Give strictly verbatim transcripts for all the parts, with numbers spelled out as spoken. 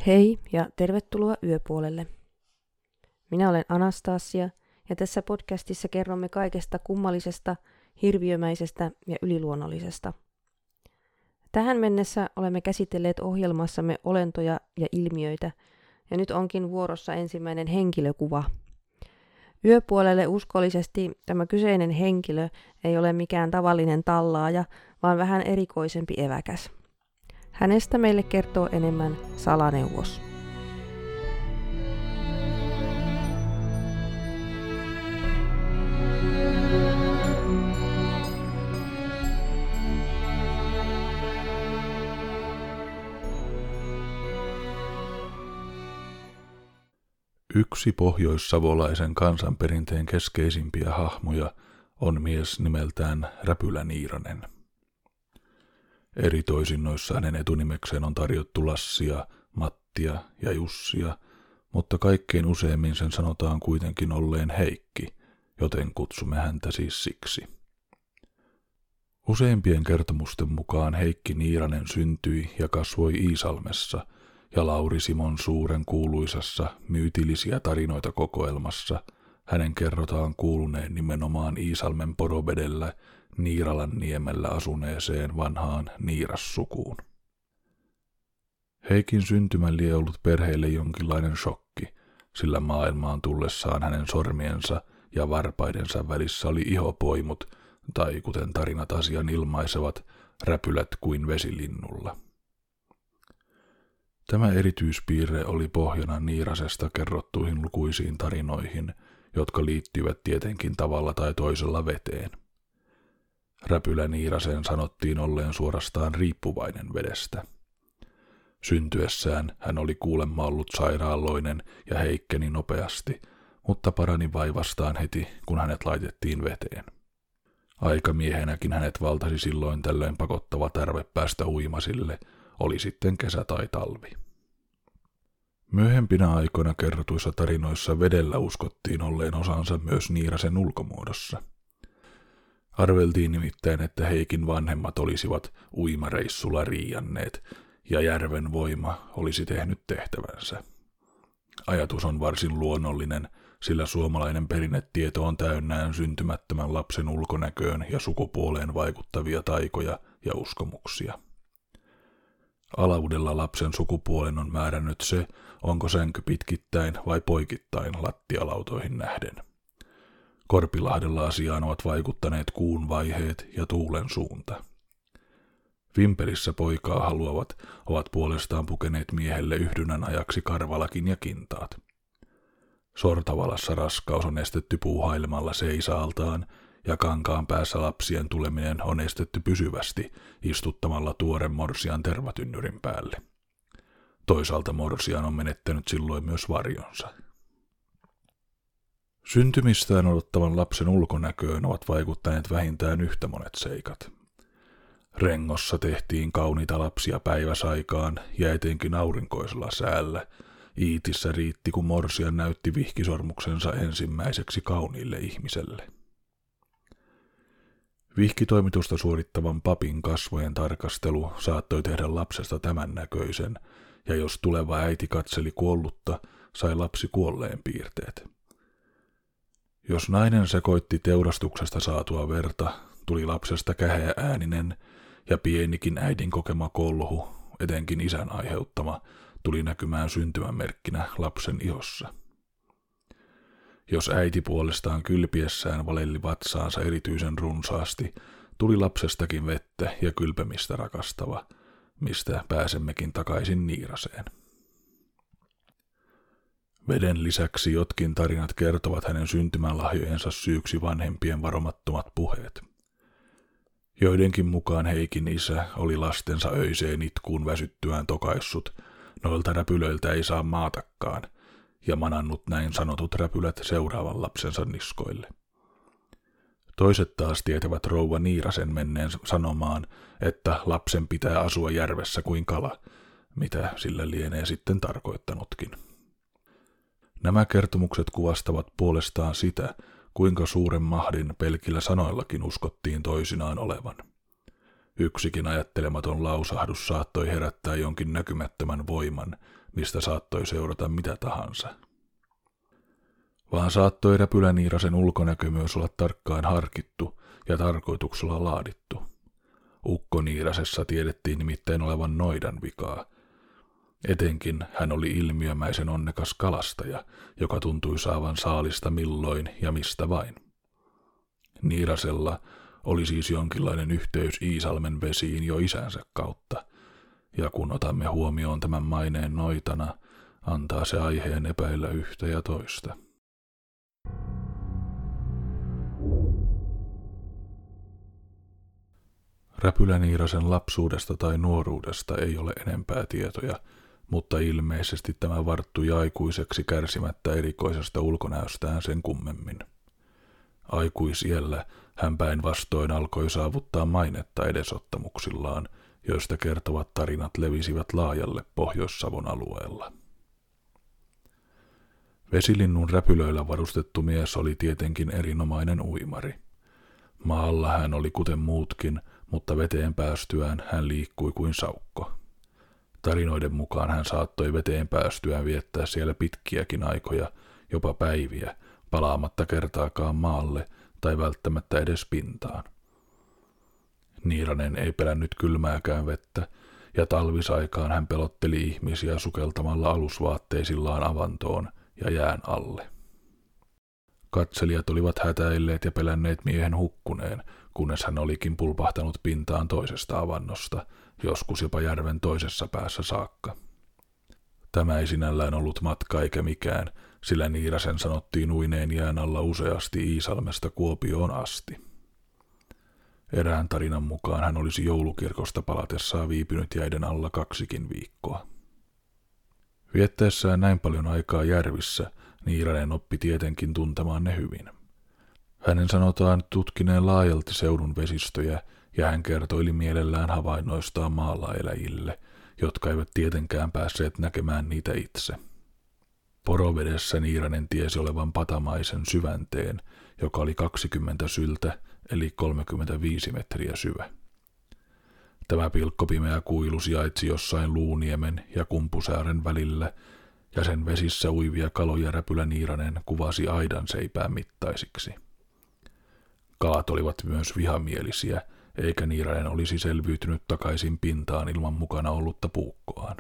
Hei ja tervetuloa Yöpuolelle. Minä olen Anastasia ja tässä podcastissa kerromme kaikesta kummallisesta, hirviömäisestä ja yliluonnollisesta. Tähän mennessä olemme käsitelleet ohjelmassamme olentoja ja ilmiöitä ja nyt onkin vuorossa ensimmäinen henkilökuva. Yöpuolelle uskollisesti tämä kyseinen henkilö ei ole mikään tavallinen tallaaja, vaan vähän erikoisempi eväkäs. Hänestä meille kertoo enemmän salaneuvos. Yksi pohjoissavolaisen kansanperinteen keskeisimpiä hahmoja on mies nimeltään Räpylä Niiranen. Eri toisinnoissa hänen etunimekseen on tarjottu Lassia, Mattia ja Jussia, mutta kaikkein useimmin sen sanotaan kuitenkin olleen Heikki, joten kutsumme häntä siis siksi. Useimpien kertomusten mukaan Heikki Niiranen syntyi ja kasvoi Iisalmessa ja Lauri Simon Suuren kuuluisassa Myytillisiä tarinoita -kokoelmassa hänen kerrotaan kuuluneen nimenomaan Iisalmen Porovedellä Niiralanniemellä asuneeseen vanhaan Niiras-sukuun. Heikin syntymä lie ollut perheelle jonkinlainen shokki, sillä maailmaan tullessaan hänen sormiensa ja varpaidensa välissä oli ihopoimut, tai kuten tarinat asian ilmaisevat, räpylät kuin vesilinnulla. Tämä erityispiirre oli pohjana Niirasesta kerrottuihin lukuisiin tarinoihin, jotka liittyivät tietenkin tavalla tai toisella veteen. Räpylä Niirasen sanottiin olleen suorastaan riippuvainen vedestä. Syntyessään hän oli kuulemma ollut sairaalloinen ja heikkeni nopeasti, mutta parani vaivastaan heti, kun hänet laitettiin veteen. Aikamiehenäkin hänet valtasi silloin tällöin pakottava tarve päästä uimasille, oli sitten kesä tai talvi. Myöhempinä aikoina kerrotuissa tarinoissa vedellä uskottiin olleen osansa myös Niirasen ulkomuodossa. Arveltiin nimittäin, että Heikin vanhemmat olisivat uimareissulla riianneet ja järven voima olisi tehnyt tehtävänsä. Ajatus on varsin luonnollinen, sillä suomalainen perinnetieto on täynnään syntymättömän lapsen ulkonäköön ja sukupuoleen vaikuttavia taikoja ja uskomuksia. Alaudella lapsen sukupuolen on määrännyt se, onko sänky pitkittäin vai poikittain lattialautoihin nähden. Korpilahdella asiaan ovat vaikuttaneet kuun vaiheet ja tuulen suunta. Vimpelissä poikaa haluavat ovat puolestaan pukeneet miehelle yhdynnän ajaksi karvalakin ja kintaat. Sortavalassa raskaus on estetty puuhailemalla seisaaltaan ja kankaan päässä lapsien tuleminen on estetty pysyvästi istuttamalla tuoren morsian tervatynnyrin päälle. Toisaalta morsian on menettänyt silloin myös varjonsa. Syntymistään odottavan lapsen ulkonäköön ovat vaikuttaneet vähintään yhtä monet seikat. Rengossa tehtiin kauniita lapsia päiväsaikaan ja etenkin aurinkoisella säällä. Iitissä riitti, kun morsian näytti vihkisormuksensa ensimmäiseksi kauniille ihmiselle. Vihkitoimitusta suorittavan papin kasvojen tarkastelu saattoi tehdä lapsesta tämän näköisen, ja jos tuleva äiti katseli kuollutta, sai lapsi kuolleen piirteet. Jos nainen sekoitti teurastuksesta saatua verta, tuli lapsesta käheä ääninen, ja pienikin äidin kokema kolhu, etenkin isän aiheuttama, tuli näkymään syntymämerkkinä lapsen ihossa. Jos äiti puolestaan kylpiessään valelli vatsaansa erityisen runsaasti, tuli lapsestakin vettä ja kylpemistä rakastava, mistä pääsemmekin takaisin Niiraseen. Veden lisäksi jotkin tarinat kertovat hänen syntymälahjojensa syyksi vanhempien varomattomat puheet. Joidenkin mukaan Heikin isä oli lastensa öiseen itkuun väsyttyään tokaissut, noilta räpylöiltä ei saa maatakaan, ja manannut näin sanotut räpylät seuraavan lapsensa niskoille. Toiset taas tietävät rouva Niirasen menneen sanomaan, että lapsen pitää asua järvessä kuin kala, mitä sillä lienee sitten tarkoittanutkin. Nämä kertomukset kuvastavat puolestaan sitä, kuinka suuren mahdin pelkillä sanoillakin uskottiin toisinaan olevan. Yksikin ajattelematon lausahdus saattoi herättää jonkin näkymättömän voiman, mistä saattoi seurata mitä tahansa. Vaan saattoi Räpyläniirasen ulkonäkö myös olla tarkkaan harkittu ja tarkoituksella laadittu. Ukkoniirasessa tiedettiin nimittäin olevan noidan vikaa. Etenkin hän oli ilmiömäisen onnekas kalastaja, joka tuntui saavan saalista milloin ja mistä vain. Niirasella oli siis jonkinlainen yhteys Iisalmen vesiin jo isänsä kautta, ja kun otamme huomioon tämän maineen noitana, antaa se aiheen epäillä yhtä ja toista. Räpyläniirasen lapsuudesta tai nuoruudesta ei ole enempää tietoja, mutta ilmeisesti tämä varttui aikuiseksi kärsimättä erikoisesta ulkonäöstään sen kummemmin. Aikuisiällä hän päinvastoin alkoi saavuttaa mainetta edesottamuksillaan, joista kertovat tarinat levisivät laajalle Pohjois-Savon alueella. Vesilinnun räpylöillä varustettu mies oli tietenkin erinomainen uimari. Maalla hän oli kuten muutkin, mutta veteen päästyään hän liikkui kuin saukko. Tarinoiden mukaan hän saattoi veteen päästyään viettää siellä pitkiäkin aikoja, jopa päiviä, palaamatta kertaakaan maalle tai välttämättä edes pintaan. Niiranen ei pelännyt kylmääkään vettä, ja talvisaikaan hän pelotteli ihmisiä sukeltamalla alusvaatteisillaan avantoon ja jään alle. Katselijat olivat hätäilleet ja pelänneet miehen hukkuneen, kunnes hän olikin pulpahtanut pintaan toisesta avannosta, joskus jopa järven toisessa päässä saakka. Tämä ei sinällään ollut matka eikä mikään, sillä Niirasen sanottiin uineen jään alla useasti Iisalmesta Kuopioon asti. Erään tarinan mukaan hän olisi joulukirkosta palatessaan viipynyt jäiden alla kaksikin viikkoa. Viettäessään näin paljon aikaa järvissä, Niiranen oppi tietenkin tuntemaan ne hyvin. Hänen sanotaan tutkineen laajalti seudun vesistöjä, ja hän kertoili mielellään havainnoistaan maalla eläjille, jotka eivät tietenkään päässeet näkemään niitä itse. Porovedessä Niiranen tiesi olevan patamaisen syvänteen, joka oli kaksikymmentä syltä, eli kolmekymmentäviisi metriä syvä. Tämä pilkkopimeä kuilu sijaitsi jossain Luuniemen ja Kumpusaaren välillä, ja sen vesissä uivia kaloja Räpyläniiranen kuvasi aidanseipään mittaisiksi. Kalat olivat myös vihamielisiä, eikä Niiranen olisi selviytynyt takaisin pintaan ilman mukana ollutta puukkoaan.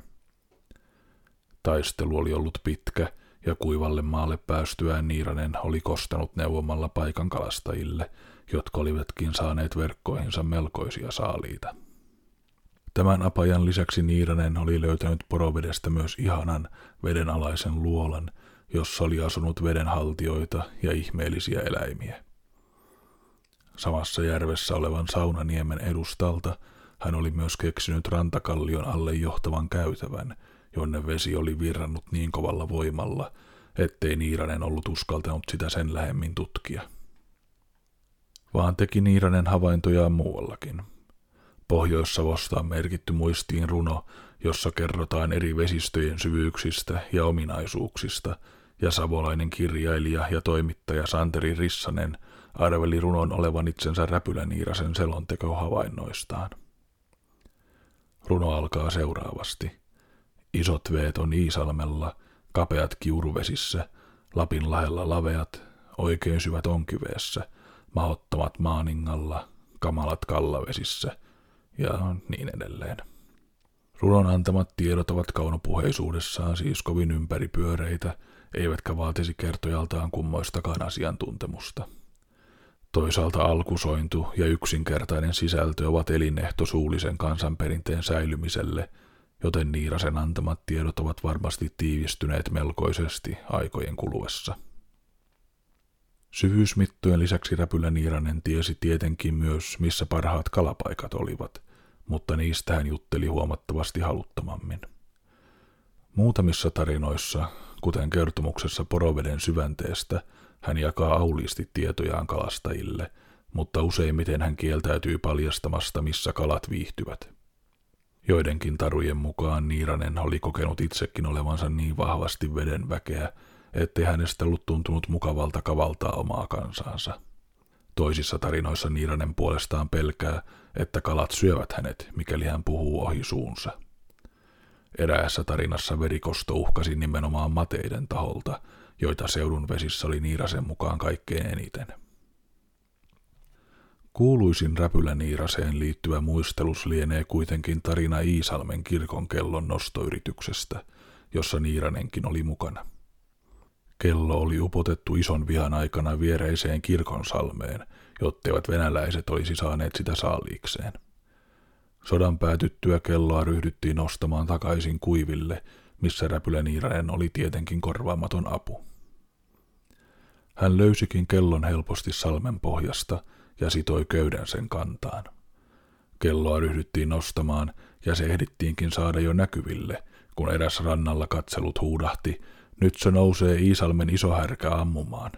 Taistelu oli ollut pitkä, ja kuivalle maalle päästyään Niiranen oli kostanut neuvomalla paikan kalastajille, jotka olivatkin saaneet verkkoihinsa melkoisia saaliita. Tämän apajan lisäksi Niiranen oli löytänyt Porovedestä myös ihanan vedenalaisen luolan, jossa oli asunut vedenhaltijoita ja ihmeellisiä eläimiä. Samassa järvessä olevan Saunaniemen edustalta hän oli myös keksinyt rantakallion alle johtavan käytävän, jonne vesi oli virrannut niin kovalla voimalla, ettei Niiranen ollut uskaltanut sitä sen lähemmin tutkia. Vaan teki Niiranen havaintojaan muuallakin. Pohjois-Savosta on merkitty muistiin runo, jossa kerrotaan eri vesistöjen syvyyksistä ja ominaisuuksista, ja savolainen kirjailija ja toimittaja Santeri Rissanen arveli runon olevan itsensä Räpyläniirasen selonteko havainnoistaan. Runo alkaa seuraavasti. Isot veet on Iisalmella, kapeat kiuruvesissä, Lapinlahdella laveat, oikein syvät onkiveessä, mahottomat Maaningalla, kamalat kallavesissä ja niin edelleen. Runon antamat tiedot ovat kaunopuheisuudessaan siis kovin ympäripyöreitä, eivätkä vaatisi kertojaltaan kummoistakaan asiantuntemusta. Toisaalta alkusointu ja yksinkertainen sisältö ovat elinehto suullisen kansanperinteen säilymiselle, joten Niirasen antamat tiedot ovat varmasti tiivistyneet melkoisesti aikojen kuluessa. Syvyysmittojen lisäksi Räpyläniiranen tiesi tietenkin myös, missä parhaat kalapaikat olivat, mutta niistä hän jutteli huomattavasti haluttomammin. Muutamissa tarinoissa, kuten kertomuksessa Poroveden syvänteestä, hän jakaa auliisti tietojaan kalastajille, mutta useimmiten hän kieltäytyy paljastamasta, missä kalat viihtyvät. Joidenkin tarujen mukaan Niiranen oli kokenut itsekin olevansa niin vahvasti veden väkeä, ettei hänestä ollut tuntunut mukavalta kavaltaa omaa kansaansa. Toisissa tarinoissa Niiranen puolestaan pelkää, että kalat syövät hänet, mikäli hän puhuu ohi suunsa. Eräässä tarinassa verikosto uhkasi nimenomaan mateiden taholta, joita seudun vesissä oli Niirasen mukaan kaikkein eniten. Kuuluisin Räpylä-Niiraseen liittyvä muistelus lienee kuitenkin tarina Iisalmen kirkon kellon nostoyrityksestä, jossa Niiranenkin oli mukana. Kello oli upotettu ison vihan aikana viereiseen kirkonsalmeen, jotteivät venäläiset olisi saaneet sitä saaliikseen. Sodan päätyttyä kelloa ryhdyttiin nostamaan takaisin kuiville, missä Räpylä-Niiranen oli tietenkin korvaamaton apu. Hän löysikin kellon helposti salmen pohjasta ja sitoi köydän sen kantaan. Kelloa ryhdyttiin nostamaan ja se ehdittiinkin saada jo näkyville, kun eräs rannalla katselut huudahti, nyt se nousee Iisalmen isohärkä ammumaan.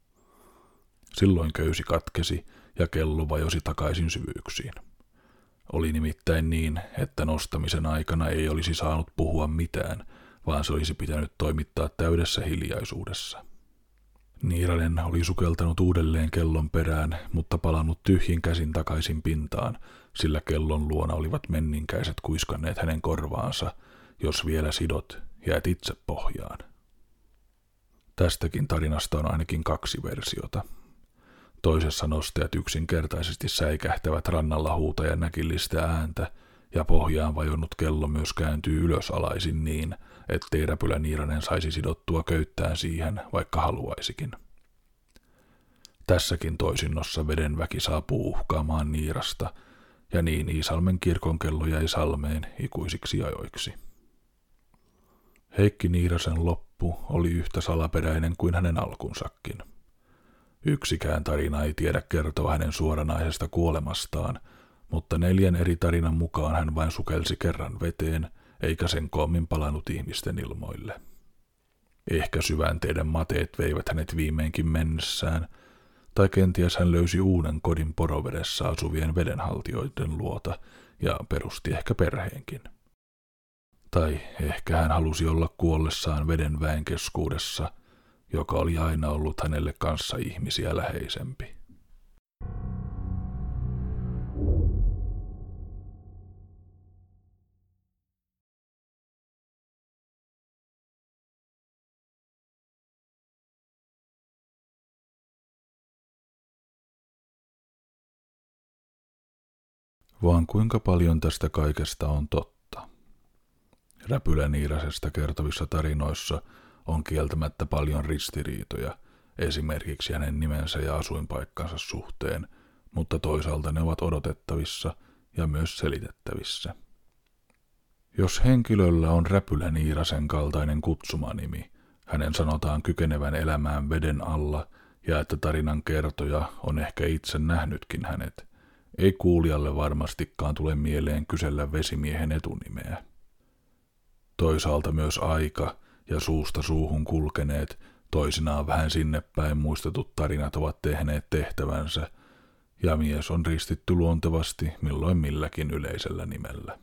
Silloin köysi katkesi ja kello vajosi takaisin syvyyksiin. Oli nimittäin niin, että nostamisen aikana ei olisi saanut puhua mitään, vaan se olisi pitänyt toimittaa täydessä hiljaisuudessa. Niiranen oli sukeltanut uudelleen kellon perään, mutta palannut tyhjin käsin takaisin pintaan, sillä kellon luona olivat menninkäiset kuiskanneet hänen korvaansa, jos vielä sidot, jäät itse pohjaan. Tästäkin tarinasta on ainakin kaksi versiota. Toisessa nostajat yksinkertaisesti säikähtävät rannalla huutajan näkillistä ääntä, ja pohjaan vajonnut kello myös kääntyy ylösalaisin niin, ettei Räpylä-Niiranen saisi sidottua köyttään siihen, vaikka haluaisikin. Tässäkin toisinnossa veden väki saapuu uhkaamaan Niirasta, ja niin Iisalmen kirkon kello jäi salmeen ikuisiksi ajoiksi. Heikki Niirasen loppu oli yhtä salaperäinen kuin hänen alkunsakin. Yksikään tarina ei tiedä kertoa hänen suoranaisesta kuolemastaan, mutta neljän eri tarinan mukaan hän vain sukelsi kerran veteen, eikä sen koommin palannut ihmisten ilmoille. Ehkä syvänteiden mateet veivät hänet viimeinkin mennessään, tai kenties hän löysi uuden kodin Porovedessä asuvien vedenhaltijoiden luota ja perusti ehkä perheenkin. Tai ehkä hän halusi olla kuollessaan veden väen keskuudessa, joka oli aina ollut hänelle kanssa ihmisiä läheisempi. Vaan kuinka paljon tästä kaikesta on totta? Räpylä-Niirasesta kertovissa tarinoissa on kieltämättä paljon ristiriitoja, esimerkiksi hänen nimensä ja asuinpaikkansa suhteen, mutta toisaalta ne ovat odotettavissa ja myös selitettävissä. Jos henkilöllä on Räpylä-Niirasen kaltainen kutsumanimi, hänen sanotaan kykenevän elämään veden alla ja että tarinan kertoja on ehkä itse nähnytkin hänet, ei kuulijalle varmastikaan tule mieleen kysellä vesimiehen etunimeä. Toisaalta myös aika ja suusta suuhun kulkeneet, toisinaan vähän sinne päin muistetut tarinat ovat tehneet tehtävänsä, ja mies on ristitty luontevasti milloin milläkin yleisellä nimellä.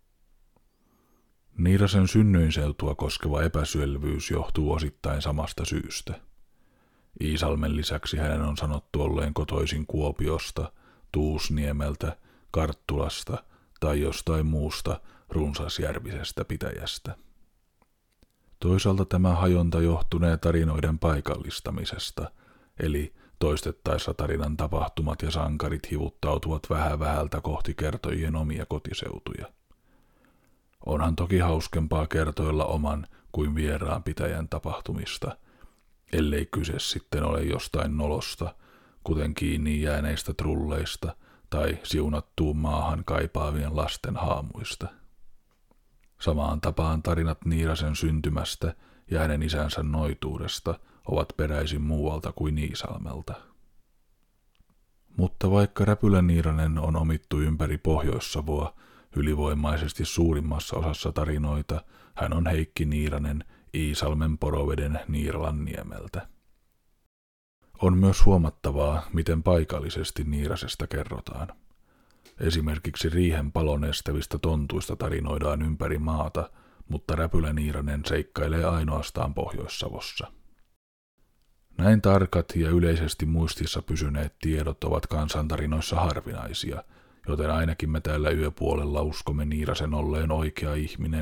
Niirasen synnyinseutua koskeva epäselvyys johtuu osittain samasta syystä. Iisalmen lisäksi hänen on sanottu olleen kotoisin Kuopiosta, Tuusniemeltä, Karttulasta tai jostain muusta runsasjärvisestä pitäjästä. Toisaalta tämä hajonta johtunee tarinoiden paikallistamisesta, eli toistettaessa tarinan tapahtumat ja sankarit hivuttautuvat vähän vähältä kohti kertojien omia kotiseutuja. Onhan toki hauskempaa kertoilla oman kuin vieraan pitäjän tapahtumista, ellei kyse sitten ole jostain nolosta, kuten kiinni jääneistä trulleista tai siunattuun maahan kaipaavien lasten haamuista. Samaan tapaan tarinat Niirasen syntymästä ja hänen isänsä noituudesta ovat peräisin muualta kuin Iisalmelta. Mutta vaikka Räpylä-Niiranen on omittu ympäri Pohjois-Savoa ylivoimaisesti suurimmassa osassa tarinoita, hän on Heikki Niiranen Iisalmen Poroveden Niiralanniemeltä. On myös huomattavaa, miten paikallisesti Niirasesta kerrotaan. Esimerkiksi riihen palon estävistä tontuista tarinoidaan ympäri maata, mutta Räpylä-Niiranen seikkailee ainoastaan Pohjois-Savossa. Näin tarkat ja yleisesti muistissa pysyneet tiedot ovat kansantarinoissa harvinaisia, joten ainakin me täällä yöpuolella uskomme Niirasen olleen oikea ihminen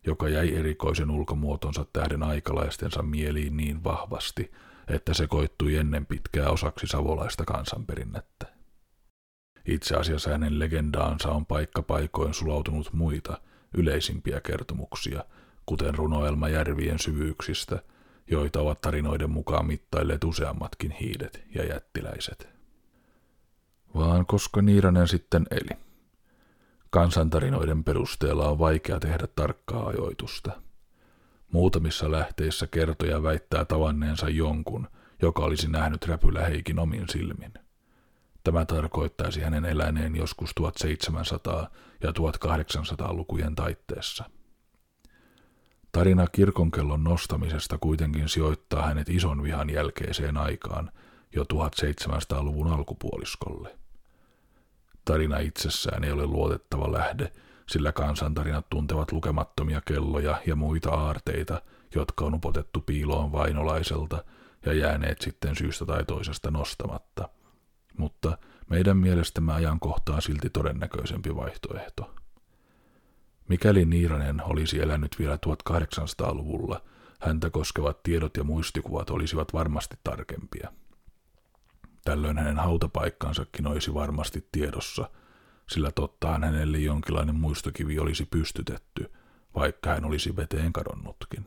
joka jäi erikoisen ulkomuotonsa tähden aikalaistensa mieliin niin vahvasti, että se koittui ennen pitkää osaksi savolaista kansanperinnettä. Itse asiassa hänen legendaansa on paikkapaikoin sulautunut muita, yleisimpiä kertomuksia, kuten runoelma järvien syvyyksistä, joita ovat tarinoiden mukaan mittailleet useammatkin hiidet ja jättiläiset. Vaan koska Niiranen sitten eli? Kansantarinoiden perusteella on vaikea tehdä tarkkaa ajoitusta. Muutamissa lähteissä kertoja väittää tavanneensa jonkun, joka olisi nähnyt Räpylä Heikin omin silmin. Tämä tarkoittaisi hänen eläneen joskus tuhatseitsemänsataa- ja tuhatkahdeksansataalukujen taitteessa. Tarina kirkonkellon nostamisesta kuitenkin sijoittaa hänet ison vihan jälkeiseen aikaan, jo tuhatseitsemänsataaluvun alkupuoliskolle. Tarina itsessään ei ole luotettava lähde, sillä kansantarinat tuntevat lukemattomia kelloja ja muita aarteita, jotka on upotettu piiloon vainolaiselta ja jääneet sitten syystä tai toisesta nostamatta. Mutta meidän mielestämme ajankohta on silti todennäköisempi vaihtoehto. Mikäli Niiranen olisi elänyt vielä tuhatkahdeksansataaluvulla, häntä koskevat tiedot ja muistikuvat olisivat varmasti tarkempia. Tällöin hänen hautapaikkansakin olisi varmasti tiedossa, sillä tottahan hänelle jonkinlainen muistokivi olisi pystytetty, vaikka hän olisi veteen kadonnutkin.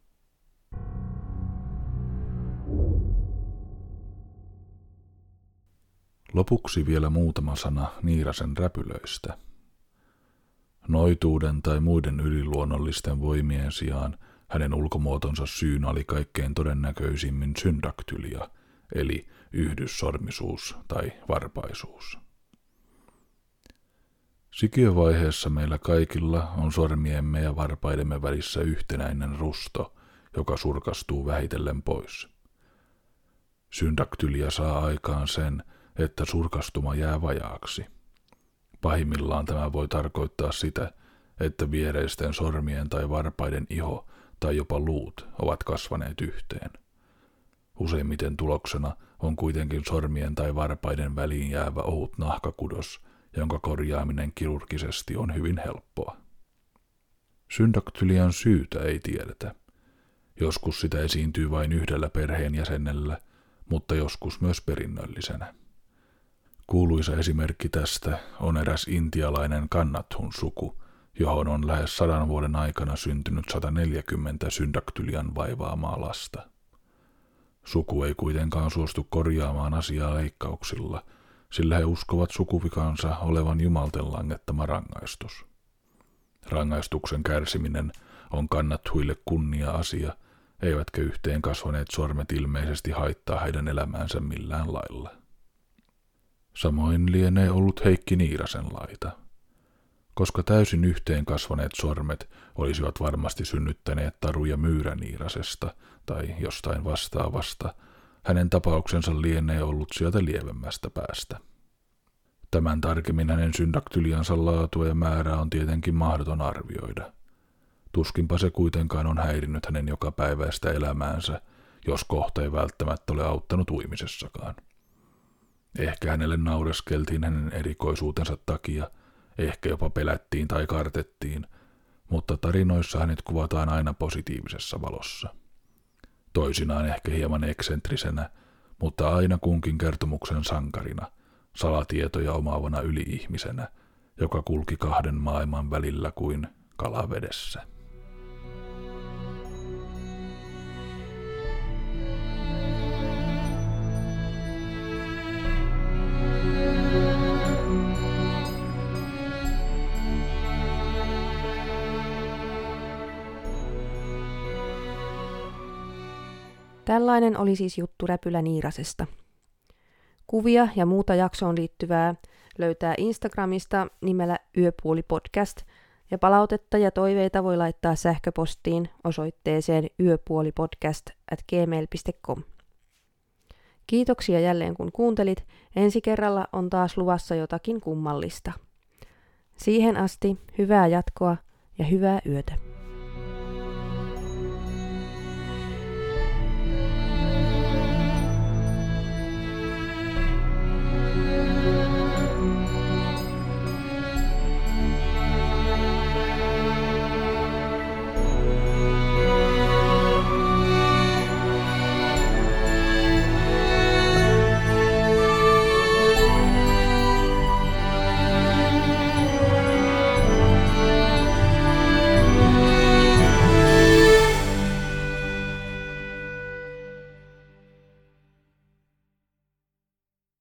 Lopuksi vielä muutama sana Niirasen räpylöistä. Noituuden tai muiden yliluonnollisten voimien sijaan hänen ulkomuotonsa syynä oli kaikkein todennäköisimmin syndaktylia, eli yhdyssormisuus tai varpaisuus. Sikiövaiheessa meillä kaikilla on sormiemme ja varpaidemme välissä yhtenäinen rusto, joka surkastuu vähitellen pois. Syndaktylia saa aikaan sen, että surkastuma jää vajaaksi. Pahimmillaan tämä voi tarkoittaa sitä, että viereisten sormien tai varpaiden iho tai jopa luut ovat kasvaneet yhteen. Useimmiten tuloksena on kuitenkin sormien tai varpaiden väliin jäävä ohut nahkakudos, jonka korjaaminen kirurgisesti on hyvin helppoa. Syndaktylian syytä ei tiedetä. Joskus sitä esiintyy vain yhdellä perheenjäsenellä, mutta joskus myös perinnöllisenä. Kuuluisa esimerkki tästä on eräs intialainen Kannathun suku, johon on lähes sadan vuoden aikana syntynyt sataneljäkymmentä syndaktylian vaivaamaa lasta. Suku ei kuitenkaan suostu korjaamaan asiaa leikkauksilla, sillä he uskovat sukuvikansa olevan Jumalten langettama rangaistus. Rangaistuksen kärsiminen on Kannathuille kunnia-asia, eivätkä yhteen kasvaneet sormet ilmeisesti haittaa heidän elämäänsä millään lailla. Samoin lienee ollut Heikki Niirasen laita. Koska täysin yhteen kasvaneet sormet olisivat varmasti synnyttäneet taruja Myyräniirasesta tai jostain vastaavasta, hänen tapauksensa lienee ollut sieltä lievemmästä päästä. Tämän tarkemmin hänen syndaktyliansa laatua ja määrää on tietenkin mahdoton arvioida. Tuskinpa se kuitenkaan on häirinnyt hänen jokapäiväistä elämäänsä, jos kohta ei välttämättä ole auttanut uimisessakaan. Ehkä hänelle naureskeltiin hänen erikoisuutensa takia, ehkä jopa pelättiin tai kartettiin, mutta tarinoissa hänet kuvataan aina positiivisessa valossa. Toisinaan ehkä hieman eksentrisenä, mutta aina kunkin kertomuksen sankarina, salatietoja omaavana yli-ihmisenä, joka kulki kahden maailman välillä kuin kala vedessä. Tällainen oli siis juttu Räpylä Niirasesta. Kuvia ja muuta jaksoon liittyvää löytää Instagramista nimellä Yöpuoli podcast ja palautetta ja toiveita voi laittaa sähköpostiin osoitteeseen yöpuolipodcast at gmail piste com. Kiitoksia jälleen kun kuuntelit. Ensi kerralla on taas luvassa jotakin kummallista. Siihen asti hyvää jatkoa ja hyvää yötä.